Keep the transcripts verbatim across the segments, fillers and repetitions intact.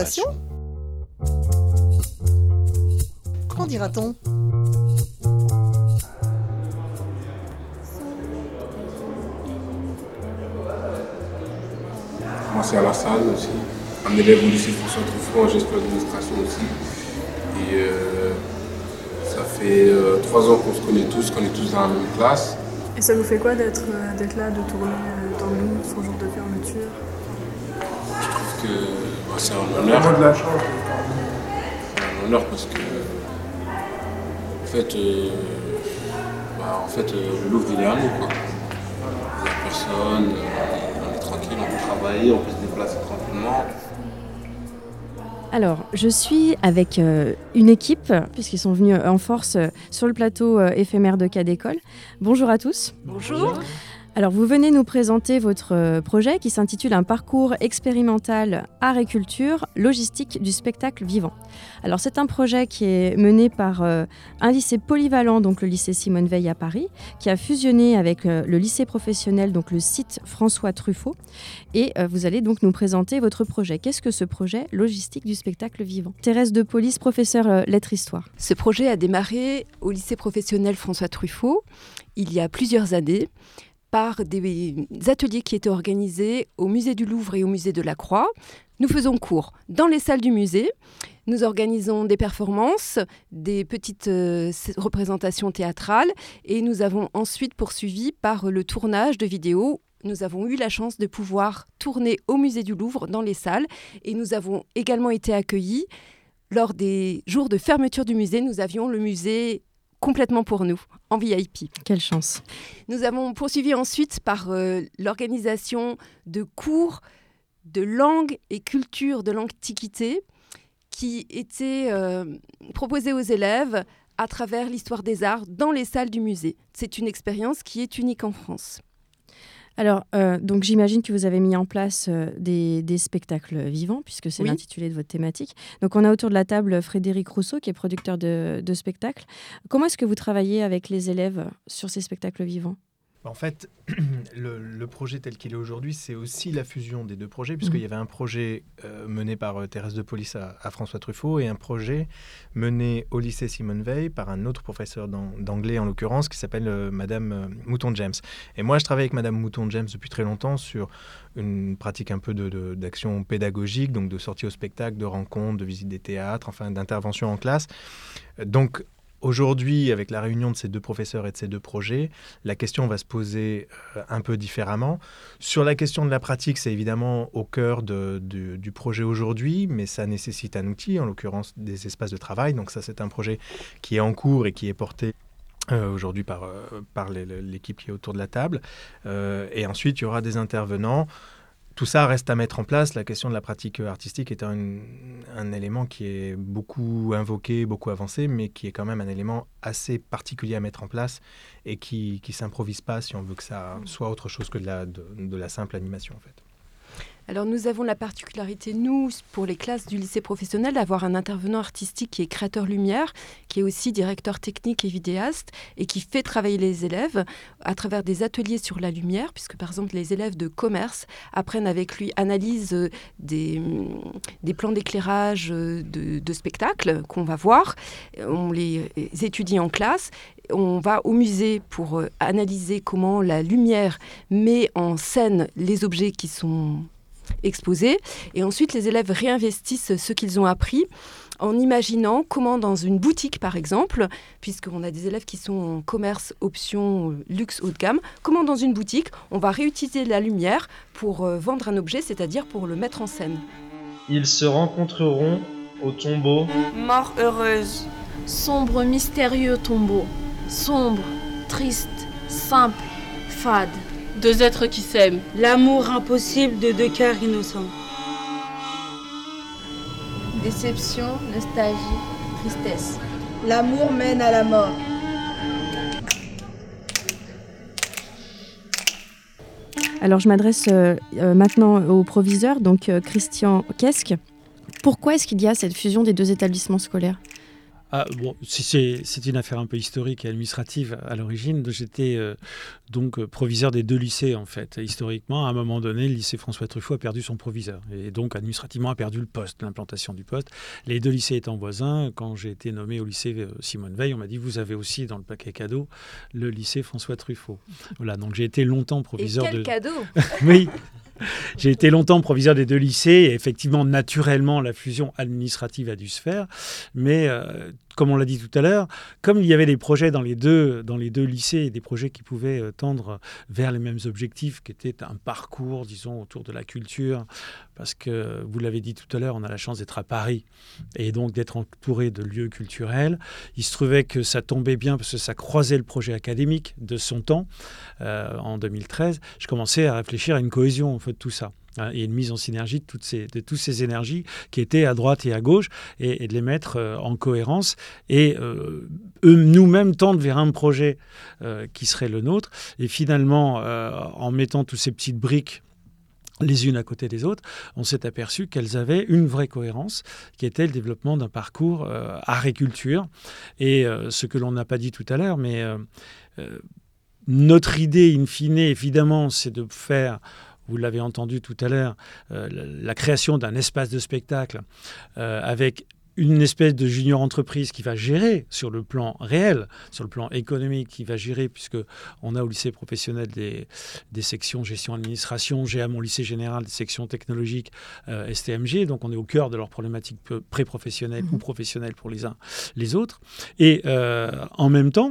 Animation. Qu'en dira-t-on ? Moi, c'est à la salle aussi. Un élève au lycée François Truffaut en gestion d'administration aussi. Et euh, ça fait euh, trois ans qu'on se connaît tous, qu'on est tous dans la même classe. Et ça vous fait quoi d'être, euh, d'être là, de tourner euh, dans le Louvre son jour de fermeture ? Je trouve que bah, c'est un honneur. Vraiment de la chance. C'est un honneur parce que, en fait, euh, bah, en fait euh, le Louvre, il est à nous, quoi. Il n'y a personne, euh, on est tranquille, on peut travailler, on peut se déplacer tranquillement. Alors, je suis avec euh, une équipe, puisqu'ils sont venus en force euh, sur le plateau euh, éphémère de Cas d'école. Bonjour à tous. Bonjour. Alors, vous venez nous présenter votre euh, projet qui s'intitule Un parcours expérimental art et culture, logistique du spectacle vivant. Alors, c'est un projet qui est mené par euh, un lycée polyvalent, donc le lycée Simone Veil à Paris, qui a fusionné avec euh, le lycée professionnel, donc le site François Truffaut. Et euh, vous allez donc nous présenter votre projet. Qu'est-ce que ce projet logistique du spectacle vivant ? Thérèse de Police, professeure euh, lettres-histoire. Ce projet a démarré au lycée professionnel François Truffaut il y a plusieurs années, par des ateliers qui étaient organisés au musée du Louvre et au musée de la Croix. Nous faisons cours dans les salles du musée. Nous organisons des performances, des petites euh, représentations théâtrales et nous avons ensuite poursuivi par le tournage de vidéos. Nous avons eu la chance de pouvoir tourner au musée du Louvre dans les salles et nous avons également été accueillis lors des jours de fermeture du musée. Nous avions le musée complètement pour nous, en V I P. Quelle chance. Nous avons poursuivi ensuite par euh, l'organisation de cours de langue et culture de l'Antiquité qui étaient euh, proposés aux élèves à travers l'histoire des arts dans les salles du musée. C'est une expérience qui est unique en France. Alors, euh, donc j'imagine que vous avez mis en place euh, des, des spectacles vivants, puisque c'est Oui. l'intitulé de votre thématique. Donc, on a autour de la table Frédéric Rousseau, qui est producteur de, de spectacles. Comment est-ce que vous travaillez avec les élèves sur ces spectacles vivants ? En fait, le, le projet tel qu'il est aujourd'hui, c'est aussi la fusion des deux projets, puisqu'il y avait un projet euh, mené par euh, Thérèse de Police à, à François Truffaut et un projet mené au lycée Simone Veil par un autre professeur d'an- d'anglais, en l'occurrence, qui s'appelle euh, Madame euh, Mouton-James. Et moi, je travaille avec Madame Mouton-James depuis très longtemps sur une pratique un peu de, de, d'action pédagogique, donc de sortie au spectacle, de rencontres, de visite des théâtres, enfin d'intervention en classe. Donc, aujourd'hui, avec la réunion de ces deux professeurs et de ces deux projets, la question va se poser euh, un peu différemment. Sur la question de la pratique, c'est évidemment au cœur de, de, du projet aujourd'hui, mais ça nécessite un outil, en l'occurrence des espaces de travail. Donc ça, c'est un projet qui est en cours et qui est porté Euh, aujourd'hui par, euh, par les, l'équipe qui est autour de la table. Euh, et ensuite, il y aura des intervenants. Tout ça reste à mettre en place. La question de la pratique artistique est un, un élément qui est beaucoup invoqué, beaucoup avancé, mais qui est quand même un élément assez particulier à mettre en place et qui ne s'improvise pas si on veut que ça soit autre chose que de la, de, de la simple animation, en fait. Alors nous avons la particularité, nous, pour les classes du lycée professionnel, d'avoir un intervenant artistique qui est créateur lumière, qui est aussi directeur technique et vidéaste, et qui fait travailler les élèves à travers des ateliers sur la lumière, puisque par exemple les élèves de commerce apprennent avec lui, analysent des, des plans d'éclairage de, de spectacles qu'on va voir, on les étudie en classe. On va au musée pour analyser comment la lumière met en scène les objets qui sont exposés. Et ensuite, les élèves réinvestissent ce qu'ils ont appris en imaginant comment dans une boutique, par exemple, puisqu'on a des élèves qui sont en commerce option luxe haut de gamme, comment dans une boutique, on va réutiliser la lumière pour vendre un objet, c'est-à-dire pour le mettre en scène. Ils se rencontreront au tombeau. Mort heureuse, sombre mystérieux tombeau. Sombre, triste, simple, fade. Deux êtres qui s'aiment. L'amour impossible de deux cœurs innocents. Déception, nostalgie, tristesse. L'amour mène à la mort. Alors, je m'adresse euh, euh, maintenant au proviseur, donc euh, Christian Quesque. Pourquoi est-ce qu'il y a cette fusion des deux établissements scolaires ? Ah, bon, c'est, c'est une affaire un peu historique et administrative à l'origine. J'étais euh, donc proviseur des deux lycées, en fait. Historiquement, à un moment donné, le lycée François Truffaut a perdu son proviseur. Et donc, administrativement, a perdu le poste, l'implantation du poste. Les deux lycées étant voisins, quand j'ai été nommé au lycée Simone Veil, on m'a dit, vous avez aussi dans le paquet cadeau le lycée François Truffaut. Voilà, donc j'ai été longtemps proviseur et quel de... cadeau. Oui. J'ai été longtemps proviseur des deux lycées et effectivement, naturellement, la fusion administrative a dû se faire. Mais euh, comme on l'a dit tout à l'heure, comme il y avait des projets dans les deux, dans les deux lycées, des projets qui pouvaient euh, tendre vers les mêmes objectifs, qui étaient un parcours, disons, autour de la culture, parce que, vous l'avez dit tout à l'heure, on a la chance d'être à Paris et donc d'être entouré de lieux culturels. Il se trouvait que ça tombait bien parce que ça croisait le projet académique de son temps, euh, en deux mille treize. Je commençais à réfléchir à une cohésion en fait, de tout ça. Et une mise en synergie de toutes ces, de toutes ces énergies qui étaient à droite et à gauche et, et de les mettre euh, en cohérence et euh, eux, nous-mêmes tendre vers un projet euh, qui serait le nôtre. Et finalement, euh, en mettant toutes ces petites briques les unes à côté des autres, on s'est aperçu qu'elles avaient une vraie cohérence, qui était le développement d'un parcours euh, art et culture. Et euh, ce que l'on n'a pas dit tout à l'heure, mais euh, euh, notre idée, in fine, évidemment, c'est de faire... Vous l'avez entendu tout à l'heure, euh, la, la création d'un espace de spectacle euh, avec une espèce de junior entreprise qui va gérer sur le plan réel, sur le plan économique, qui va gérer, puisqu'on a au lycée professionnel des, des sections gestion-administration, j'ai à mon lycée général des sections technologiques euh, S T M G, donc on est au cœur de leurs problématiques pré-professionnelles mmh. ou professionnelles pour les uns les autres. Et euh, en même temps,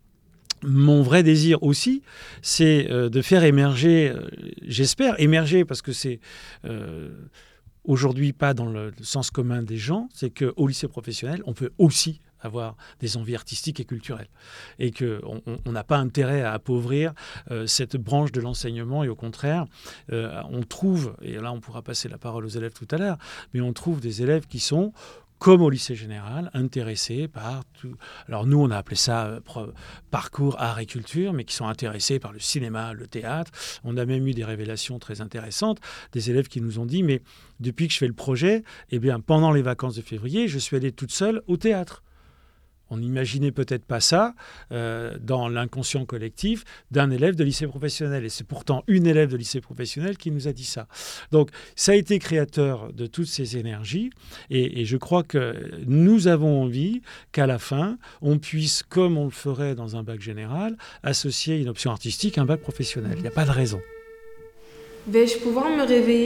mon vrai désir aussi, c'est euh, de faire émerger, euh, j'espère émerger, parce que c'est euh, aujourd'hui pas dans le sens commun des gens, c'est qu'au lycée professionnel, on peut aussi avoir des envies artistiques et culturelles. Et qu'on n'a pas intérêt à appauvrir euh, cette branche de l'enseignement. Et au contraire, euh, on trouve, et là on pourra passer la parole aux élèves tout à l'heure, mais on trouve des élèves qui sont... comme au lycée général, intéressés par tout... Alors nous, on a appelé ça euh, parcours art et culture, mais qui sont intéressés par le cinéma, le théâtre. On a même eu des révélations très intéressantes, des élèves qui nous ont dit, mais depuis que je fais le projet, eh bien, pendant les vacances de février, je suis allée toute seule au théâtre. On n'imaginait peut-être pas ça euh, dans l'inconscient collectif d'un élève de lycée professionnel. Et c'est pourtant une élève de lycée professionnel qui nous a dit ça. Donc, ça a été créateur de toutes ces énergies. Et, et je crois que nous avons envie qu'à la fin, on puisse, comme on le ferait dans un bac général, associer une option artistique à un bac professionnel. Il n'y a pas de raison. Vais-je pouvoir me réveiller ?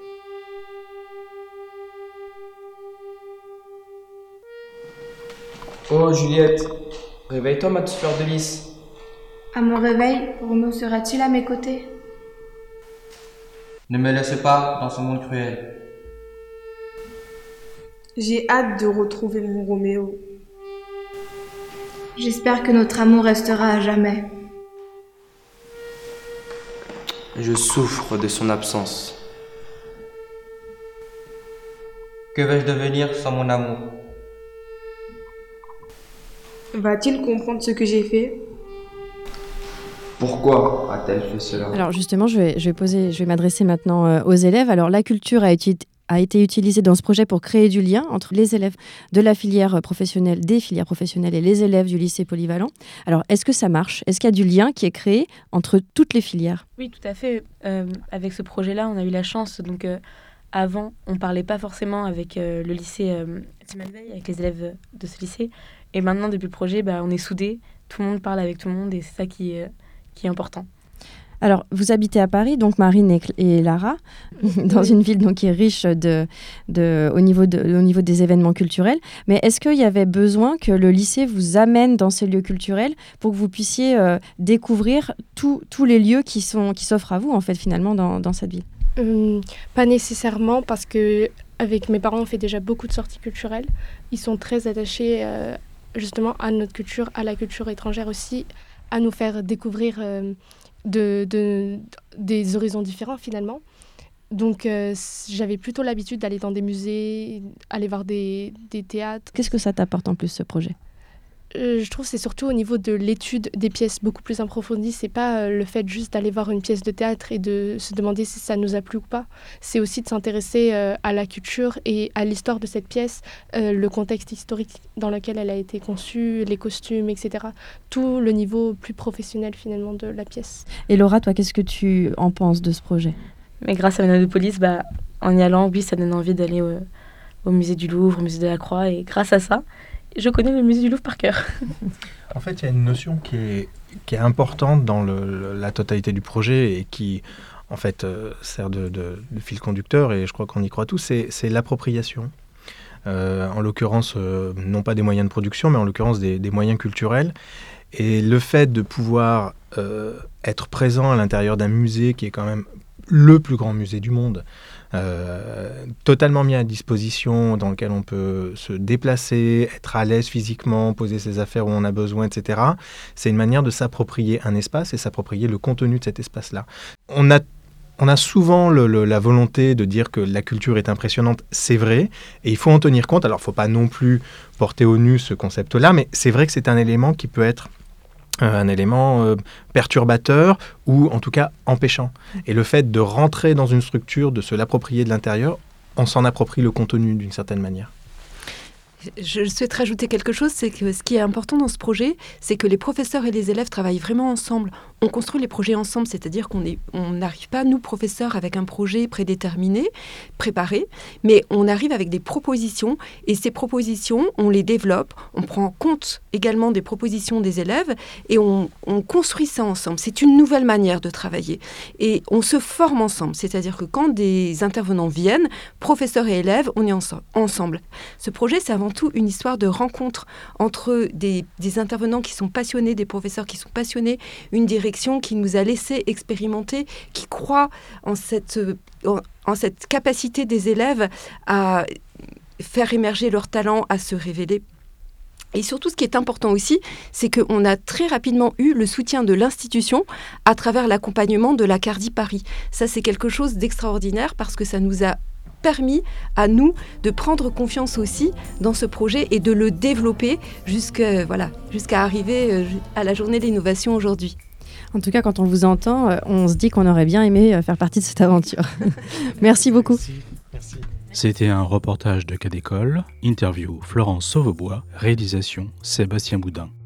Oh Juliette, réveille-toi ma petite fleur de lys. À mon réveil, Roméo sera-t-il à mes côtés ? Ne me laisse pas dans ce monde cruel. J'ai hâte de retrouver mon Roméo. J'espère que notre amour restera à jamais. Je souffre de son absence. Que vais-je devenir sans mon amour ? Va-t-il comprendre ce que j'ai fait ? Pourquoi a-t-elle fait cela ? Alors justement, je vais, je vais, poser, je vais m'adresser maintenant euh, aux élèves. Alors la culture a été, a été utilisée dans ce projet pour créer du lien entre les élèves de la filière professionnelle, des filières professionnelles et les élèves du lycée polyvalent. Alors est-ce que ça marche ? Est-ce qu'il y a du lien qui est créé entre toutes les filières ? Oui, tout à fait. Euh, avec ce projet-là, on a eu la chance. Donc euh, avant, on ne parlait pas forcément avec euh, le lycée euh, Simone Veil, avec les élèves de ce lycée. Et maintenant, depuis le projet, bah, on est soudés, tout le monde parle avec tout le monde et c'est ça qui est, qui est important. Alors, vous habitez à Paris, donc Marine et, et Lara, dans une ville donc, qui est riche de, de, au, niveau de, au niveau des événements culturels. Mais est-ce qu'il y avait besoin que le lycée vous amène dans ces lieux culturels pour que vous puissiez euh, découvrir tous les lieux qui, sont, qui s'offrent à vous, en fait, finalement, dans, dans cette ville ? Hum, Pas nécessairement, parce que avec mes parents, on fait déjà beaucoup de sorties culturelles. Ils sont très attachés euh, justement à notre culture, à la culture étrangère aussi, à nous faire découvrir euh, de, de, des horizons différents finalement. Donc euh, j'avais plutôt l'habitude d'aller dans des musées, aller voir des, des théâtres. Qu'est-ce que ça t'apporte en plus, ce projet ? euh, je trouve que c'est surtout au niveau de l'étude des pièces beaucoup plus approfondie. C'est pas euh, le fait juste d'aller voir une pièce de théâtre et de se demander si ça nous a plu ou pas. C'est aussi de s'intéresser euh, à la culture et à l'histoire de cette pièce, euh, le contexte historique dans lequel elle a été conçue, les costumes, et cetera. Tout le niveau plus professionnel finalement de la pièce. Et Laura, toi, qu'est-ce que tu en penses de ce projet ? Mais grâce à Manuel de Police, bah, en y allant, oui, ça donne envie d'aller au, au musée du Louvre, au musée de la Croix. Et grâce à ça, je connais le musée du Louvre par cœur. En fait, il y a une notion qui est, qui est importante dans le, le, la totalité du projet et qui, en fait, euh, sert de, de, de fil conducteur, et je crois qu'on y croit tous, c'est, c'est l'appropriation. Euh, en l'occurrence, euh, non pas des moyens de production, mais en l'occurrence des, des moyens culturels. Et le fait de pouvoir euh, être présent à l'intérieur d'un musée qui est quand même le plus grand musée du monde, euh, totalement mis à disposition, dans lequel on peut se déplacer, être à l'aise physiquement, poser ses affaires où on a besoin, et cetera. C'est une manière de s'approprier un espace et s'approprier le contenu de cet espace-là. On a On a souvent le, le, la volonté de dire que la culture est impressionnante, c'est vrai, et il faut en tenir compte. Alors, il ne faut pas non plus porter au nu ce concept-là, mais c'est vrai que c'est un élément qui peut être euh, un élément euh, perturbateur ou en tout cas empêchant. Et le fait de rentrer dans une structure, de se l'approprier de l'intérieur, on s'en approprie le contenu d'une certaine manière. Je souhaite rajouter quelque chose, c'est que ce qui est important dans ce projet, c'est que les professeurs et les élèves travaillent vraiment ensemble. On construit les projets ensemble, c'est-à-dire qu'on est, on n'arrive pas, nous, professeurs, avec un projet prédéterminé, préparé, mais on arrive avec des propositions, et ces propositions, on les développe, on prend en compte également des propositions des élèves, et on, on construit ça ensemble. C'est une nouvelle manière de travailler. Et on se forme ensemble, c'est-à-dire que quand des intervenants viennent, professeurs et élèves, on est enso- ensemble. Ce projet, c'est avant tout une histoire de rencontre entre des, des intervenants qui sont passionnés, des professeurs qui sont passionnés, une direction qui nous a laissé expérimenter, qui croit en cette, en, en cette capacité des élèves à faire émerger leur talent, à se révéler. Et surtout, ce qui est important aussi, c'est qu'on a très rapidement eu le soutien de l'institution à travers l'accompagnement de la Cardi Paris. Ça, c'est quelque chose d'extraordinaire parce que ça nous a permis à nous de prendre confiance aussi dans ce projet et de le développer jusqu'à, voilà, jusqu'à arriver à la journée de l'innovation aujourd'hui. En tout cas, quand on vous entend, on se dit qu'on aurait bien aimé faire partie de cette aventure. Merci beaucoup. Merci. Merci. C'était un reportage de Cas d'école, interview Florence Sauvebois, réalisation Sébastien Boudin.